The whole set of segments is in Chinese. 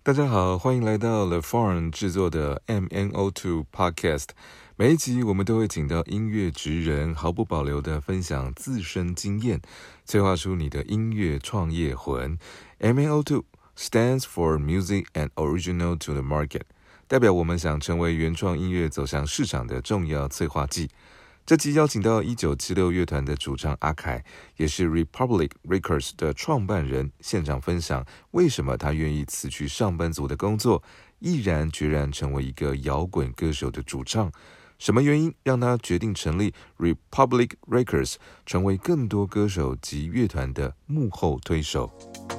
大家好，欢迎来到 The Farm 制作的 MNO2 Podcast。每一集我们都会请到音乐职人，毫不保留地分享自身经验，催化出你的音乐创业魂。MNO2 stands for Music and Original to the Market， 代表我们想成为原创音乐走向市场的重要催化剂。这集邀请到1976乐团的主唱阿凯，也是 Republic Records 的创办人，现场分享为什么他愿意辞去上班族的工作，毅然决然成为一个摇滚歌手的主唱。什么原因让他决定成立 Republic Records， 成为更多歌手及乐团的幕后推手？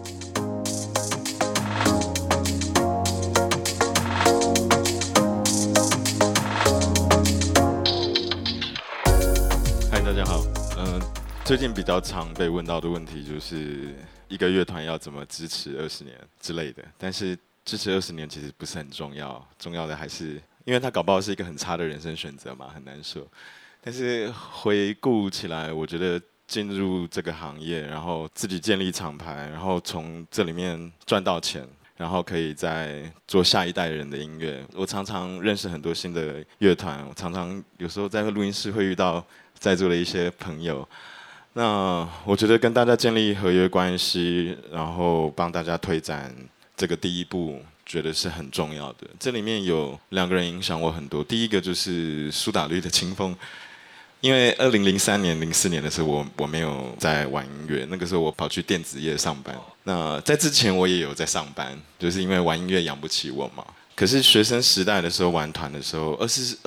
大家好，最近比较常被问到的问题就是一个乐团要怎么支持20年之类的，但是支持20年其实不是很重要，重要的还是因为它搞不好是一个很差的人生选择嘛，很难说。但是回顾起来，我觉得进入这个行业，然后自己建立厂牌，然后从这里面赚到钱，然后可以再做下一代人的音乐。我常常认识很多新的乐团，我常常有时候在录音室会遇到在座的一些朋友，那我觉得跟大家建立合约关系，然后帮大家推展这个第一步，觉得是很重要的。这里面有2个人影响我很多，第一个就是苏打绿的清风，因为2003年、04年的时候我没有在玩音乐，那个时候我跑去电子业上班。那在之前我也有在上班，就是因为玩音乐养不起我嘛。可是学生时代的时候玩团的时候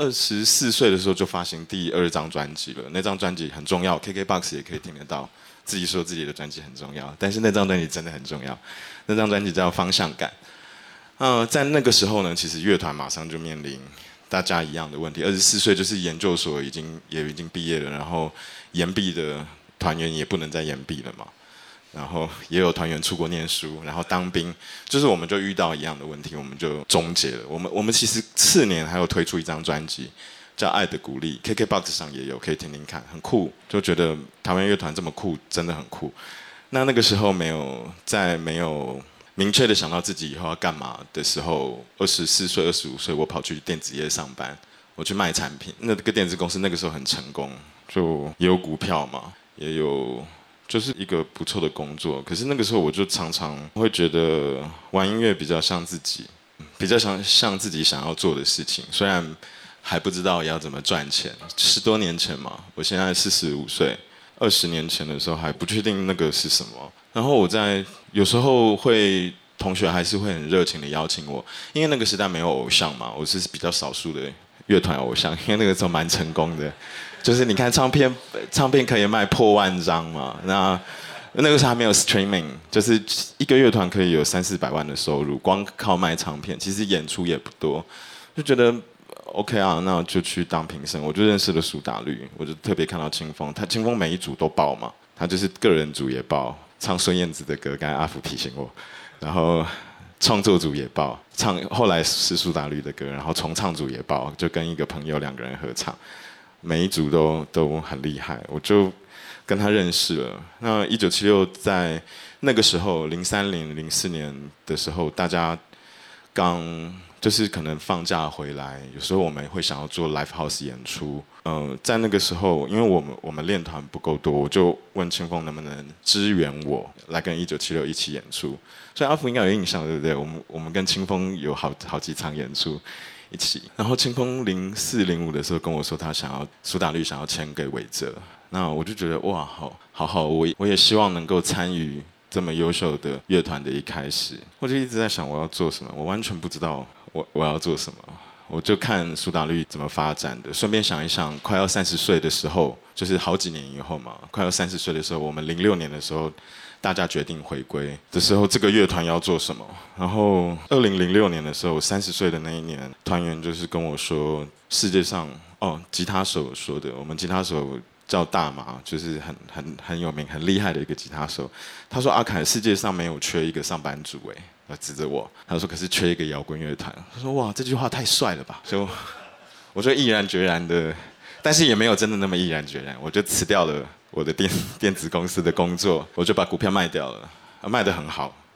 ，24岁的时候就发行第2张专辑了。那张专辑很重要 ，KKBOX 也可以听得到。自己说自己的专辑很重要，但是那张专辑真的很重要。那张专辑叫《方向感》。在那个时候呢，其实乐团马上就面临大家一样的问题。24岁就是研究所已经毕业了，然后延毕的团员也不能再延毕了嘛。然后也有团员出国念书，然后当兵，就是我们就遇到一样的问题，我们就终结了。我们其实次年还有推出一张专辑，叫《爱的鼓励》 ，KKBOX 上也有，可以听听看，很酷。就觉得台湾乐团这么酷，真的很酷。那个时候没有明确的想到自己以后要干嘛的时候，24岁、25岁，我跑去电子业上班，我去卖产品。那个电子公司那个时候很成功，就也有股票嘛，也有。就是一个不错的工作，可是那个时候我就常常会觉得玩音乐比较像自己，比较像自己想要做的事情。虽然还不知道要怎么赚钱，10多年前嘛，我现在45岁，20年前的时候还不确定那个是什么。然后有时候同学还是会很热情的邀请我，因为那个时代没有偶像嘛，我是比较少数的乐团偶像，因为那个时候蛮成功的。就是你看唱片可以卖破万张嘛，那个时候还没有 streaming， 就是一个乐团可以有300-400万的收入，光靠卖唱片，其实演出也不多，就觉得 OK 啊，那就去当评审，我就认识了苏打绿，我就特别看到清风，清风每一组都爆嘛，他就是个人组也爆，唱孙燕姿的歌，刚才阿福提醒我，然后创作组也爆，后来是苏打绿的歌，然后重唱组也爆，就跟一个朋友2个人合唱。每一组都很厉害，我就跟他认识了。那1976在那个时候，03年、04年的时候，大家就是可能放假回来，有时候我们会想要做 live house 演出。在那个时候，因为我们练团不够多，我就问清风能不能支援我来跟1976一起演出。所以阿福应该有印象，对不对？我们跟清风有好几场演出。一起，然后清风04、05的时候跟我说，苏打绿想要签给韦哲，那我就觉得哇，好，我也希望能够参与这么优秀的乐团的一开始。我就一直在想我要做什么，我完全不知道我要做什么，我就看苏打绿怎么发展的，顺便想一想，快要30岁的时候，就是好几年以后嘛，快要30岁的时候，我们06年的时候。大家决定回归的时候，这个乐团要做什么？然后2006年的时候，30岁的那一年，团员就是跟我说，世界上吉他手说的，我们吉他手叫大麻，就是很有名、很厉害的一个吉他手。他说：“阿凯，世界上没有缺一个上班族。”他指着我，他说：“可是缺一个摇滚乐团。”他说：“哇，这句话太帅了吧！”所以我就毅然决然的，但是也没有真的那么毅然决然，我就辞掉了我的电子公司的工作，我就把股票卖掉了，卖得很好，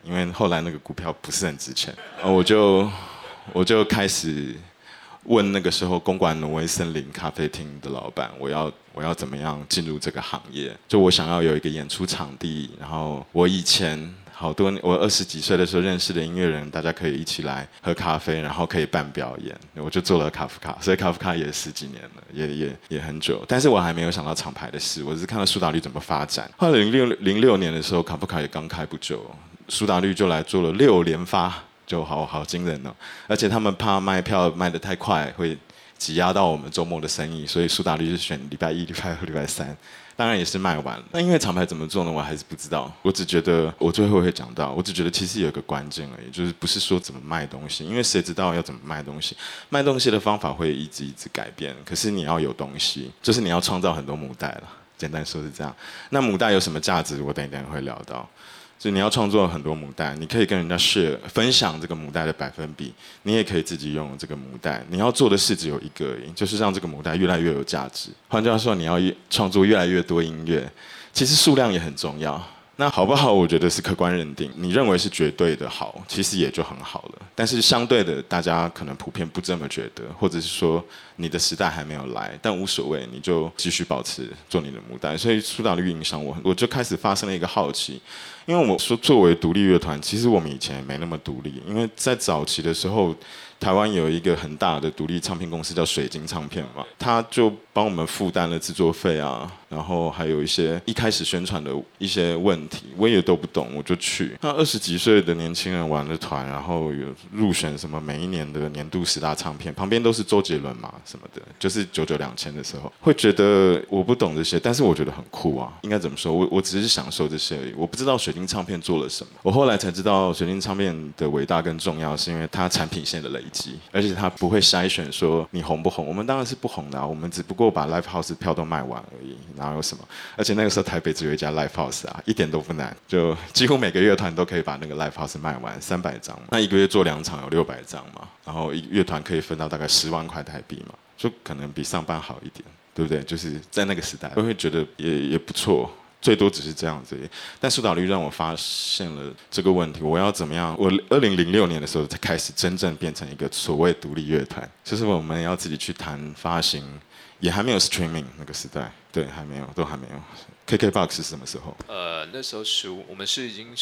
因为后来那个股票不是很值钱，我就开始问那个时候公馆挪威森林咖啡厅的老板，我要怎么样进入这个行业？就我想要有一个演出场地，然后我以前我20几岁的时候认识的音乐人，大家可以一起来喝咖啡，然后可以办表演，我就做了卡夫卡，所以卡夫卡也10几年了，也很久，但是我还没有想到厂牌的事，我只是看到苏打绿怎么发展。后来06年的时候，卡夫卡也刚开不久，苏打绿就来做了6连发。就好惊人哦！而且他们怕卖票卖得太快，会挤压到我们周末的生意，所以苏打绿就选礼拜1、礼拜2、礼拜3，当然也是卖完了。那因为厂牌怎么做呢？我还是不知道。我只觉得我最后会讲到，我只觉得其实有一个关键而已，就是不是说怎么卖东西，因为谁知道要怎么卖东西？卖东西的方法会一直改变，可是你要有东西，就是你要创造很多母带了。简单说是这样。那母带有什么价值？我等一会聊到。就你要创作很多母带，你可以跟人家分享这个母带的百分比，你也可以自己用这个母带。你要做的事只有一个而已，就是让这个母带越来越有价值。换句话说，你要创作越来越多音乐，其实数量也很重要。那好不好？我觉得是客观认定。你认为是绝对的好，其实也就很好了。但是相对的，大家可能普遍不这么觉得，或者是说你的时代还没有来，但无所谓，你就继续保持做你的母带。所以苏打绿影响我就开始发生了一个好奇，因为我说作为独立乐团，其实我们以前也没那么独立，因为在早期的时候，台湾有一个很大的独立唱片公司叫水晶唱片嘛，他就帮我们负担了制作费啊，然后还有一开始宣传的一些问题，我也都不懂，我就去。那20几岁的年轻人玩的团，然后有入选什么每一年的年度10大唱片，旁边都是周杰伦嘛什么的，就是992000的时候，会觉得我不懂这些，但是我觉得很酷啊。应该怎么说？我只是享受这些而已，我不知道水晶唱片做了什么。我后来才知道水晶唱片的伟大跟重要，是因为它产品线的累积，而且它不会筛选说你红不红。我们当然是不红的啊，我们只不过把 Live House 票都卖完而已，哪有什么？而且那个时候台北只有一家 Live House 啊，一点都不难，就几乎每个乐团都可以把那个 Live House 卖完300张嘛。那一个月做2场有600张嘛，然后一乐团可以分到大概10万块台币嘛，就可能比上班好一点，对不对？就是在那个时代，我会觉得也不错。最多只是这样子，但苏打绿让我发现了这个问题。我要怎么样？我2006年的时候才开始真正变成一个所谓独立乐团，就是我们要自己去谈发行，也还没有 streaming 那个时代，对，还没有，都还没有。KKBOX 是什么时候？ 那时候我们是已经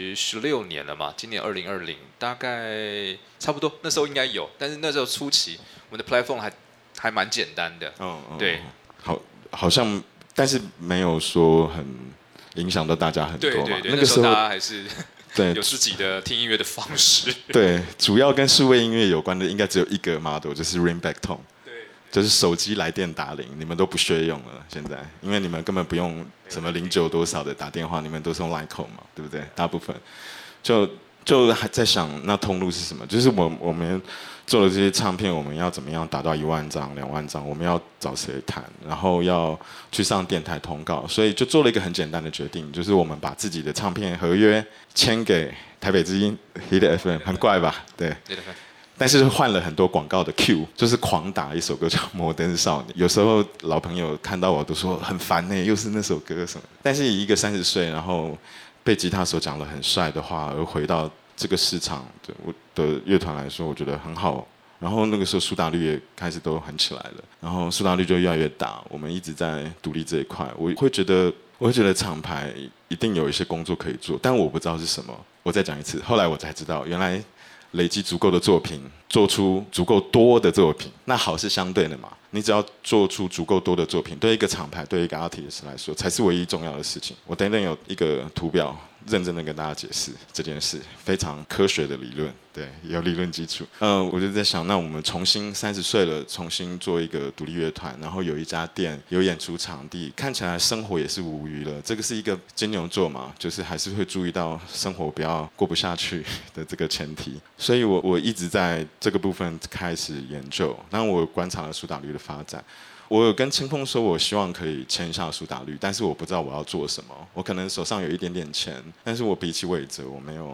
16年了嘛，今年2020，大概差不多，那时候应该有，但是那时候初期我们的 platform 还蛮简单的，对， 好像。但是没有说很影响到大家很多嘛。 对，那个时候大家还是对有自己的听音乐的方式。 对，主要跟数位音乐有关的应该只有一个 model， 就是 ringback tone。 对， 就是手机来电打铃，你们都不屑用了，现在，因为你们根本不用什么09多少的打电话，你们都是用 line call 嘛，对不对？大部分就还在想那通路是什么，就是我们做了这些唱片，我们要怎么样达到1万张、2万张？我们要找谁谈？然后要去上电台通告，所以就做了一个很简单的决定，就是我们把自己的唱片合约签给台北之音 Hit FM， 很怪吧？对。但是换了很多广告的 Q， 就是狂打一首歌叫《摩登少女》。有时候老朋友看到我都说很烦呢，又是那首歌什么。但是以一个30岁，然后被吉他手讲了很帅的话，而回到这个市场的乐团来说，我觉得很好。然后那个时候苏打绿也开始都很起来了，然后苏打绿就越来越大，我们一直在独立这一块。我会觉得厂牌一定有一些工作可以做，但我不知道是什么。我再讲一次，后来我才知道，原来累积足够的作品，做出足够多的作品，那好是相对的嘛。你只要做出足够多的作品，对一个厂牌，对一个 artist 来说，才是唯一重要的事情。我等等有一个图表，认真的跟大家解释这件事，非常科学的理论，对，有理论基础。我就在想，那我们重新30岁了，重新做一个独立乐团，然后有一家店，有演出场地，看起来生活也是无虞了。这个是一个金牛座嘛，就是还是会注意到生活不要过不下去的这个前提。所以我一直在这个部分开始研究，然后我观察了苏打绿的发展。我有跟清风说，我希望可以签下苏打绿，但是我不知道我要做什么。我可能手上有一点点钱，但是我比起伟哲，我没有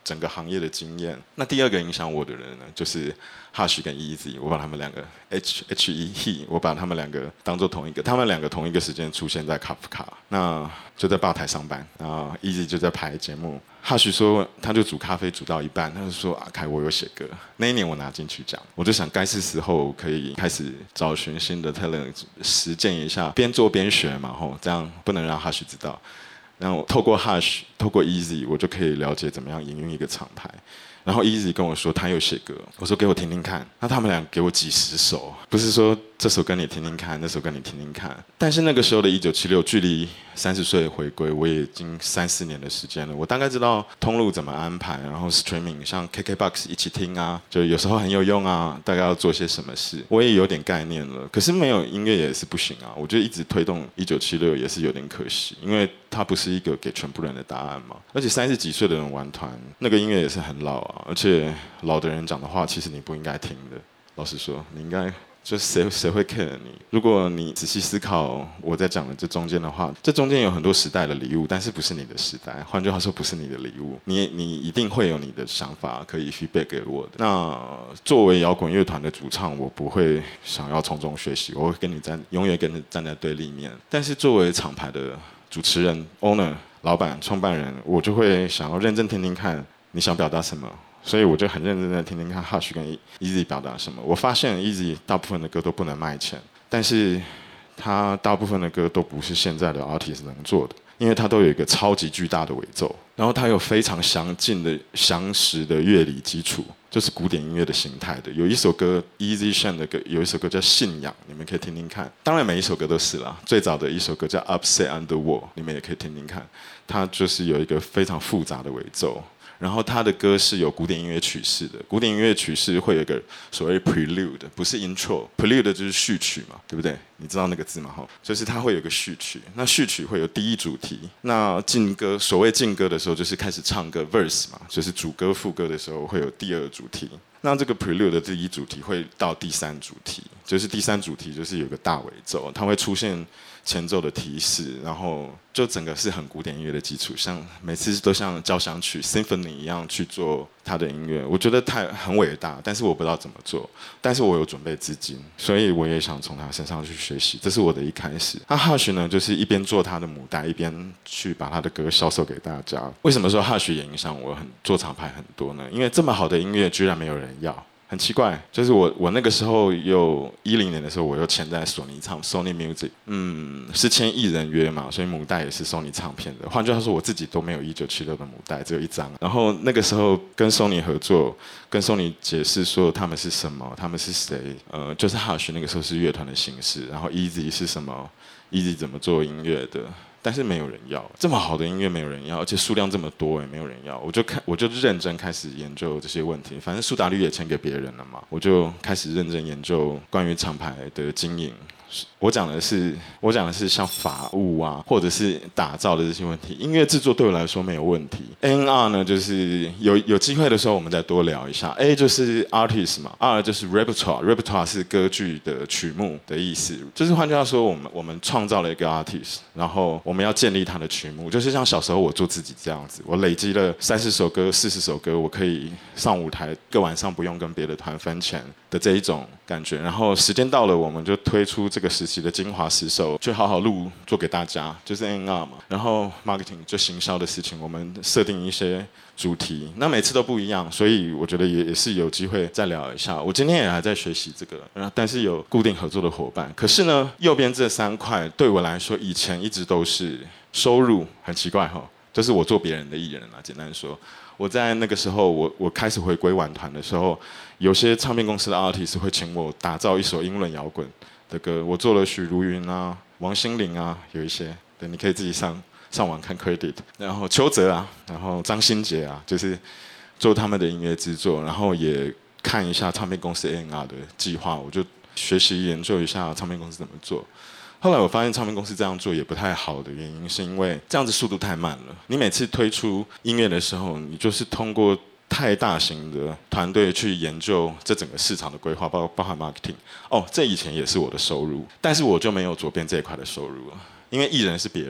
整个行业的经验。那第二个影响我的人呢，就是 Hush 跟 Easy， 我把他们两个 He， 我把他们两个当做同一个，他们两个同一个时间出现在卡夫卡，那就在吧台上班，然后 Easy 就在排节目。Hush 说，他就煮咖啡煮到一半，他就说：“阿凯，我有写歌。”那一年我拿金曲奖，我就想该是时候可以开始找寻新的 talent， 实践一下，边做边学嘛，这样不能让 Hush 知道。然后透过 Hush， 透过 Easy， 我就可以了解怎么样营运一个厂牌。然后 Easy 跟我说他有写歌，我说给我听听看。那他们俩给我几十首，不是说这首歌你听听看，那首歌你听听看。但是那个时候的1976，距离30岁回归，我也已经3-4年的时间了。我大概知道通路怎么安排，然后 streaming 像 KKBOX 一起听啊，就有时候很有用啊，大概要做些什么事，我也有点概念了。可是没有音乐也是不行啊，我觉得一直推动1976也是有点可惜，因为它不是一个给全部人的答案嘛。而且30几岁的人玩团，那个音乐也是很老啊，而且老的人讲的话，其实你不应该听的。老实说，你应该就谁会 care 你？如果你仔细思考我在讲的这中间的话，这中间有很多时代的礼物，但是不是你的时代。换句话说，不是你的礼物，你一定会有你的想法可以 feedback 给我的。那作为摇滚乐团的主唱，我不会想要从中学习，我会永远跟你站在对立面。但是作为厂牌的主持人 owner 老板创办人，我就会想要认真听听看你想表达什么。所以我就很认真的听听看 Hush 跟 Easy 表达什么。我发现 Easy 大部分的歌都不能卖钱，但是他大部分的歌都不是现在的 artist 能做的，因为他都有一个超级巨大的尾奏，然后他有非常详实的乐理基础，就是古典音乐的形态的。有一首歌 Easy Shen 的歌，有一首歌叫信仰，你们可以听听看。当然每一首歌都是啦，最早的一首歌叫 Upset on the Wall， 你们也可以听听看。它就是有一个非常复杂的尾奏。然后他的歌是有古典音乐曲式的，古典音乐曲式会有一个所谓 prelude， 不是 intro，prelude 就是序曲嘛，对不对？你知道那个字吗？就是它会有一个序曲，那序曲会有第一主题，那进歌，所谓进歌的时候就是开始唱歌 verse 嘛，就是主歌副歌的时候会有第二主题。那这个 prelude 的第一主题会到第三主题，就是第三主题就是有个大尾奏，它会出现前奏的提示，然后就整个是很古典音乐的基础，像每次都像交响曲 symphony 一样去做它的音乐，我觉得很伟大，但是我不知道怎么做，但是我有准备资金，所以我也想从他身上去学习，这是我的一开始。那 Hush 呢，就是一边做他的母带，一边去把他的歌销售给大家。为什么说 Hush 也影响我做厂牌很多呢？因为这么好的音乐居然没有人要。很奇怪，就是我那个时候10年的时候，我又签在索尼唱 Sony Music， 是签艺人约嘛，所以母带也是 Sony 唱片的。换句话说，我自己都没有1976的母带，只有一张。然后那个时候跟 Sony 合作，跟 Sony 解释说他们是什么，他们是谁，就是 Hush 那个时候是乐团的形式，然后 Easy 是什么 ，Easy 怎么做音乐的。但是没有人要，这么好的音乐没有人要，而且数量这么多也没有人要，我就认真开始研究这些问题。反正苏打绿也签给别人了嘛，我就开始认真研究关于厂牌的经营。我讲的是像法务啊，或者是打造的这些问题。音乐制作对我来说没有问题。A&R 呢，就是有机会的时候我们再多聊一下。A 就是 artist 嘛 ，R 就是 repertoire 是歌剧的曲目的意思。就是换句话说，我们创造了一个 artist， 然后我们要建立他的曲目，就是像小时候我做自己这样子，我累积了30首歌、40首歌，我可以上舞台，个晚上不用跟别的团分钱的这一种感觉。然后时间到了，我们就推出这个时期的精华10首，去好好录做给大家，就是 A&R 嘛。然后 marketing 就行销的事情，我们设定一些主题，那每次都不一样，所以我觉得也是有机会再聊一下。我今天也还在学习这个，但是有固定合作的伙伴。可是呢，右边这3块对我来说，以前一直都是收入，很奇怪哈，就是我做别人的艺人啊。简单说，我在那个时候，我开始回归玩团的时候，有些唱片公司的 artist 会请我打造一首英伦摇滚的歌，我做了许茹芸啊、王心凌啊，有一些，对，你可以自己上网看 credit， 然后邱泽啊，然后张新杰啊，就是做他们的音乐制作，然后也看一下唱片公司 A&R 的计划，我就学习研究一下唱片公司怎么做。后来我发现唱片公司这样做也不太好的原因，是因为这样子速度太慢了。你每次推出音乐的时候，你就是通过太大型的团队去研究这整个市场的规划，包含 marketing。这以前也是我的收入，但是我就没有左边这一块的收入了，因为艺人是别人的嘛。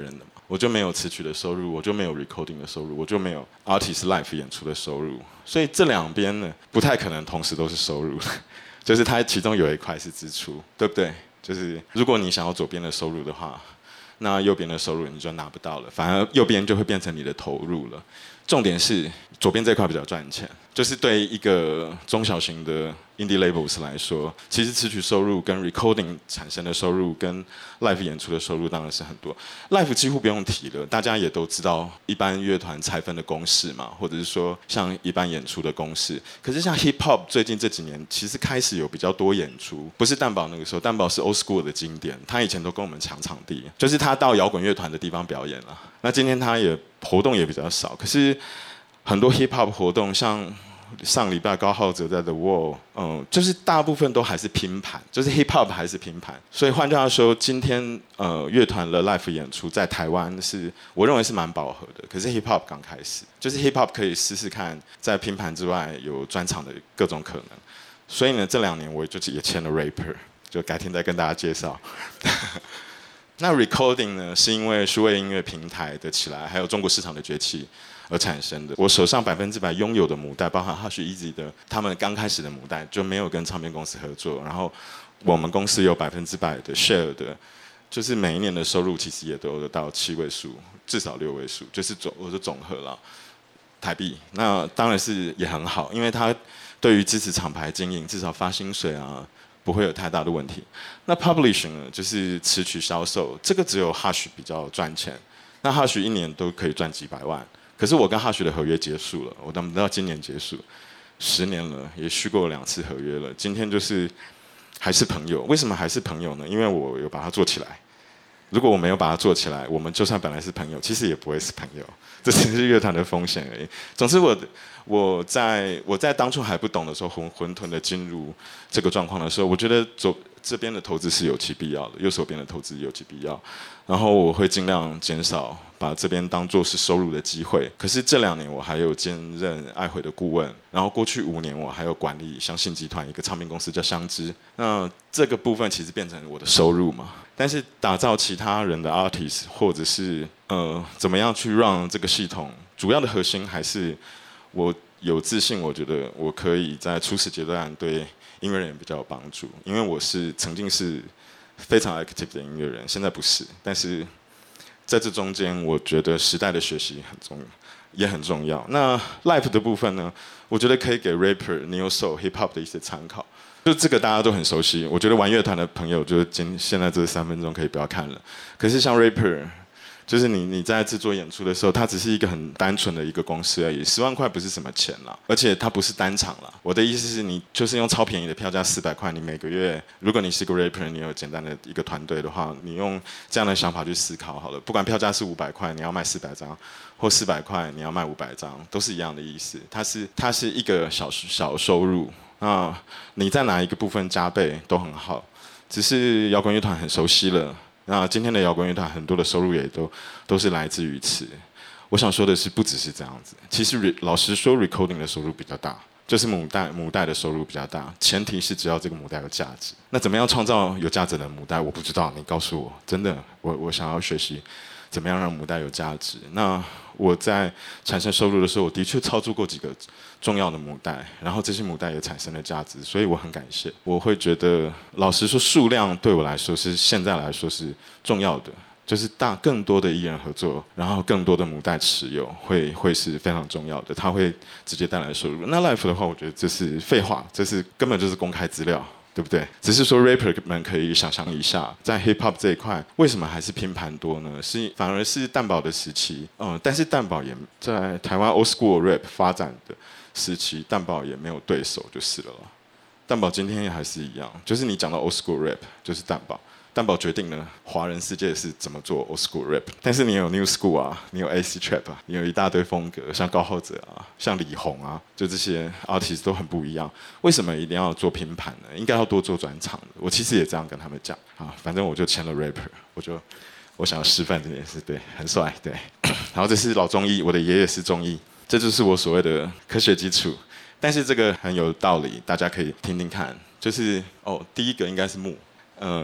我就没有词曲的收入，我就没有 recording 的收入，我就没有 artist live 演出的收入，所以这两边呢不太可能同时都是收入，就是它其中有一块是支出，对不对？就是如果你想要左边的收入的话，那右边的收入你就拿不到了，反而右边就会变成你的投入了。重点是左边这块比较赚钱，就是对一个中小型的 indie labels 来说，其实词曲收入跟 recording 产生的收入跟 live 演出的收入当然是很多。live 几乎不用提了，大家也都知道一般乐团拆分的公式嘛，或者是说像一般演出的公式。可是像 hip hop 最近这几年其实开始有比较多演出，不是蛋堡那个时候，蛋堡是 old school 的经典，他以前都跟我们抢场地，就是他到摇滚乐团的地方表演了。那今天他也活动也比较少，可是很多 hip hop 活动，像上礼拜高浩哲在 The Wall， 就是大部分都还是拼盘，就是 hip hop 还是拼盘。所以换句话说，今天乐团的 live 演出在台湾是我认为是蛮饱和的。可是 hip hop 刚开始，就是 hip hop 可以试试看，在拼盘之外有专场的各种可能。所以呢，这2年我就是也签了 rapper， 就改天再跟大家介绍。那 recording 呢，是因为数位音乐平台的起来，还有中国市场的崛起而产生的。我手上100%拥有的母带，包含 Hush Easy 的他们刚开始的母带，就没有跟唱片公司合作。然后我们公司有100%的 share 的，就是每一年的收入其实也都有到7位数，至少6位数，就是我是总和了台币。那当然是也很好，因为它对于支持厂牌经营，至少发薪水啊，不会有太大的问题。那 publishing 呢，就是词曲销售，这个只有 Hush 比较赚钱。那 Hush 一年都可以赚几百万，可是我跟 Hush 的合约结束了，我等到今年结束，10年了，也续过2次合约了。今天就是还是朋友，为什么还是朋友呢？因为我有把它做起来。如果我没有把它做起来，我们就算本来是朋友，其实也不会是朋友，这只是乐团的风险而已。总之我在当初还不懂的时候，混沌的进入这个状况的时候，我觉得这边的投资是有其必要的，右手边的投资有其必要。然后我会尽量减少把这边当作是收入的机会。可是这2年我还有兼任爱回的顾问，然后过去5年我还有管理相信集团一个唱片公司叫相知。那这个部分其实变成我的收入嘛。但是打造其他人的 artist 或者是怎么样去让这个系统，主要的核心还是我有自信，我觉得我可以在初始阶段对音乐人比较有帮助，因为我曾经是非常 active 的音乐人，现在不是。但是在这中间，我觉得时代的学习也很重要。那 live 的部分呢，我觉得可以给 rapper、neo soul、hip hop 的一些参考。就这个大家都很熟悉，我觉得玩乐团的朋友就是现在这3分钟可以不要看了。可是像 rapper， 就是你在制作演出的时候，它只是一个很单纯的一个公司而已，10万块不是什么钱啦，而且它不是单场啦。我的意思是你就是用超便宜的票价400块，你每个月，如果你是个 rapper， 你有简单的一个团队的话，你用这样的想法去思考好了。不管票价是500块，你要卖400张，或400块你要卖500张，都是一样的意思。它是一个小收入。那你在哪一个部分加倍都很好，只是摇滚乐团很熟悉了。那今天的摇滚乐团很多的收入也都是来自于此。我想说的是，不只是这样子。其实老实说 ，recording 的收入比较大，就是母带的收入比较大。前提是只要这个母带有价值。那怎么样创造有价值的母带？我不知道，你告诉我。真的，我想要学习怎么样让母带有价值。那我在产生收入的时候，我的确操作过几个重要的母带，然后这些母带也产生了价值，所以我很感谢。我会觉得，老实说，数量对我来说是现在来说是重要的，就是更多的艺人合作，然后更多的母带持有，会是非常重要的，它会直接带来收入。那 live 的话，我觉得这是废话，这是根本就是公开资料。对不对？只是说 rapper 们可以想象一下，在 hip hop 这一块，为什么还是拼盘多呢？反而是蛋堡的时期，但是蛋堡也在台湾 old school rap 发展的时期，蛋堡也没有对手就是了啦。蛋堡今天也还是一样，就是你讲到 old school rap， 就是蛋堡。蛋堡决定了华人世界是怎么做 old school rap， 但是你有 new school 啊，你有 AC trap 啊，你有一大堆风格，像高浩哲啊，像李红啊，就这些 artist 都很不一样。为什么一定要做拼盘呢？应该要多做专场的。我其实也这样跟他们讲啊，反正我就签了 rapper， 我想要示范这件事，对，很帅，对。然后这是老中医，我的爷爷是中医，这就是我所谓的科学基础。但是这个很有道理，大家可以听听看。就是第一个应该是木，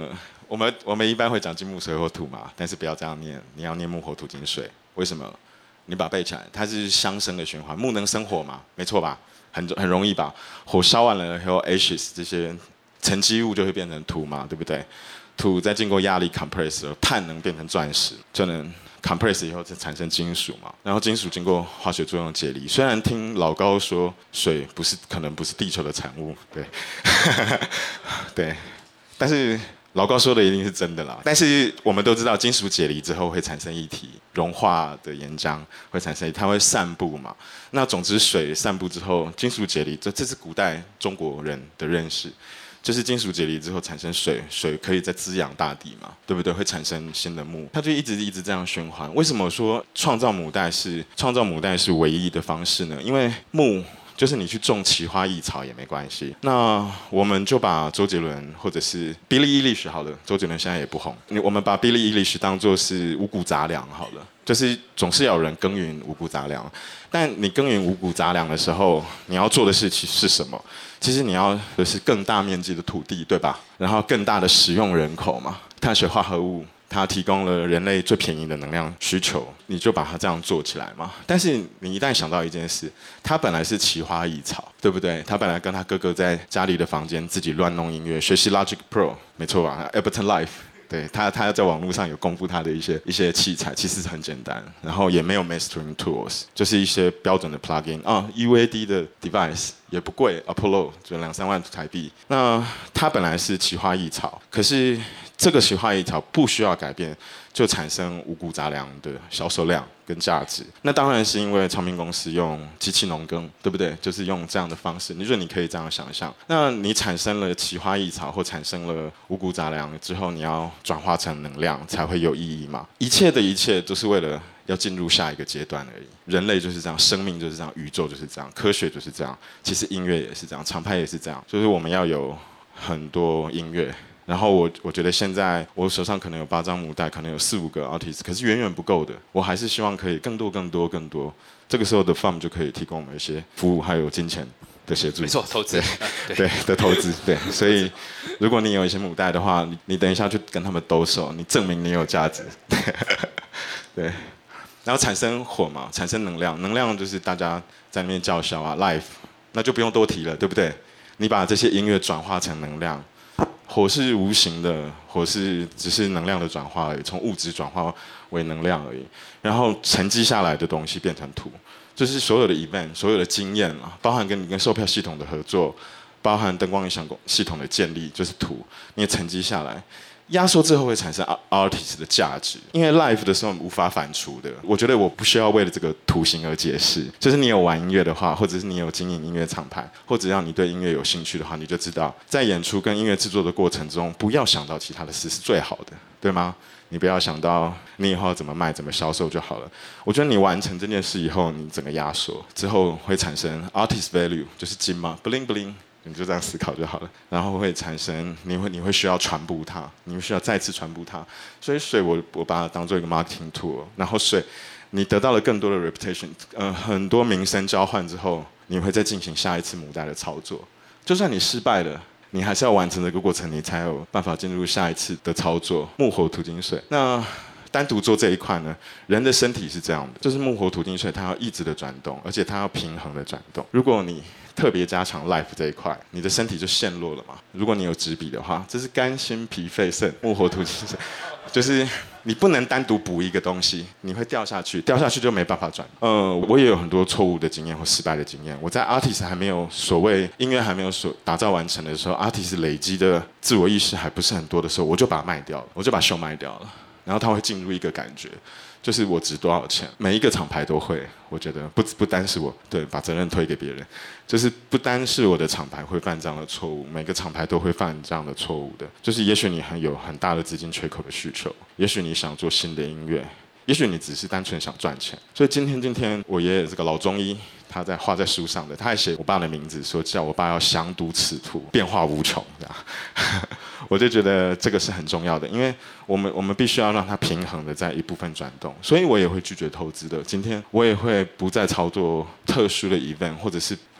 我们一般会讲金木水火土嘛，但是不要这样念，你要念木火土金水。为什么？你把它背起来，它是相生的循环，木能生火嘛，没错吧？很容易吧？火烧完了以后 ，ashes 这些沉积物就会变成土嘛，对不对？土再经过压力 compress， 碳能变成钻石，就能 compress 以后就产生金属嘛。然后金属经过化学作用解离。虽然听老高说水可能不是地球的产物，对，对，但是老高说的一定是真的啦。但是我们都知道，金属解离之后会产生液体，融化的岩浆会产生，它会散布嘛。那总之水散布之后，金属解离，这是古代中国人的认识。就是金属解离之后产生水，水可以再滋养大地嘛，对不对？会产生新的木，它就一直这样循环。为什么说创造母带是唯一的方式呢？因为木就是你去种奇花异草也没关系。那我们就把周杰伦或者是 Billie Eilish 好了，周杰伦现在也不红，我们把 Billie Eilish 当作是五谷杂粮好了。就是总是要有人耕耘五谷杂粮，但你耕耘五谷杂粮的时候，你要做的事情是什么？其实你要的是更大面积的土地，对吧？然后更大的使用人口嘛，碳水化合物它提供了人类最便宜的能量需求，你就把它这样做起来嘛。但是你一旦想到一件事，他本来是奇花异草，对不对？他本来跟他哥哥在家里的房间自己乱弄音乐，学习 Logic Pro， 没错吧 ？Ableton Live。对他在网络上有公布他的一些器材，其实很简单，然后也没有 mastering tools， 就是一些标准的 plugin UAD 的 device 也不贵 ，Apollo 就2-3万台币。那它本来是奇花异草，可是这个奇花异草不需要改变，就产生五谷杂粮的销售量跟价值。那当然是因为唱片公司用机器农耕，对不对？就是用这样的方式，你可以这样想象。那你产生了奇花异草或产生了五谷杂粮之后，你要转化成能量才会有意义嘛？一切都是为了要进入下一个阶段而已。人类就是这样，生命就是这样，宇宙就是这样，科学就是这样。其实音乐也是这样，厂牌也是这样，就是我们要有很多音乐。然后我觉得现在我手上可能有8张母带，可能有4-5个 artist， 可是远远不够的。我还是希望可以更多。这个时候的 farm 就可以提供我们一些服务还有金钱的协助。 没错，投资对的投资对。所以如果你有一些母带的话，你等一下去跟他们兜售，你证明你有价值。对，然后产生火嘛，产生能量，能量就是大家在那边叫嚣啊 ，life， 那就不用多提了，对不对？你把这些音乐转化成能量。火是无形的，火是只是能量的转化而已，从物质转化为能量而已。然后沉积下来的东西变成土，就是所有的 event， 所有的经验嘛，包含跟售票系统的合作，包含灯光影响系统的建立，就是土，你也沉积下来。压缩之后会产生 artist 的价值，因为 live 的时候无法反刍的。我觉得我不需要为了这个图形而解释，就是你有玩音乐的话，或者是你有经营音乐厂牌，或者让你对音乐有兴趣的话，你就知道在演出跟音乐制作的过程中，不要想到其他的事是最好的，对吗？你不要想到你以后怎么卖、怎么销售就好了。我觉得你完成这件事以后，你整个压缩之后会产生 artist value， 就是金嘛 ，bling bling。你就这样思考就好了，然后会产生你会需要传播它，你会需要再次传播它，所以水我把它当做一个 marketing tool， 然后水你得到了更多的 reputation， 很多名声交换之后，你会再进行下一次母带的操作，就算你失败了，你还是要完成这个过程，你才有办法进入下一次的操作。木火土金水，那单独做这一块呢，人的身体是这样的，就是木火土金水，它要一直的转动，而且它要平衡的转动。如果你特别加强 life 这一块，你的身体就陷落了嘛。如果你有纸笔的话，这是肝心脾肺肾木火土金水，就是你不能单独补一个东西，你会掉下去，掉下去就没办法转。我也有很多错误的经验或失败的经验。我在 artist 还没有所谓音乐还没有打造完成的时候 ，artist 累积的自我意识还不是很多的时候，我就把它卖掉了，我就把秀卖掉了。然后他会进入一个感觉，就是我值多少钱，每一个厂牌都会。我觉得不单是我，对，把责任推给别人，就是不单是我的厂牌会犯这样的错误，每个厂牌都会犯这样的错误的。就是也许你有很大的资金缺口的需求，也许你想做新的音乐，也许你只是单纯想赚钱。所以今天我爷爷这个老中医，他在画在书上的，他还写我爸的名字，说叫我爸要详读此图，变化无穷。这样我就觉得这个是很重要的，因为我们必须要让它平衡的在一部分转动，所以我也会拒绝投资的。今天我也会不再操作特殊的 event， 或者是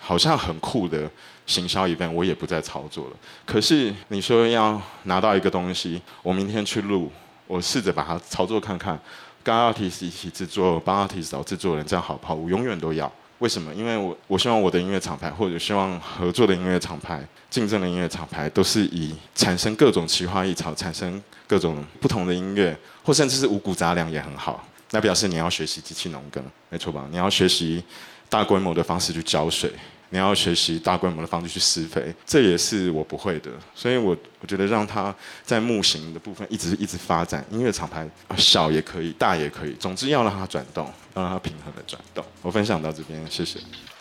好像很酷的行销event，我也不再操作了。可是你说要拿到一个东西，我明天去录，我试着把它操作看看，跟 artist 一起制作，帮 artist 找制作人，这样好不好？我永远都要。为什么？因为我希望我的音乐厂牌，或者希望合作的音乐厂牌、竞争的音乐厂牌，都是以产生各种奇花异草，产生各种不同的音乐，或甚至是五谷杂粮也很好。那表示你要学习机器农耕，没错吧？你要学习大规模的方式去浇水，你要学习大规模的方式去施肥，这也是我不会的。所以我觉得让它在木型的部分一直发展，音乐厂牌小也可以，大也可以，总之要让它转动，要让它平衡的转动。我分享到这边，谢谢。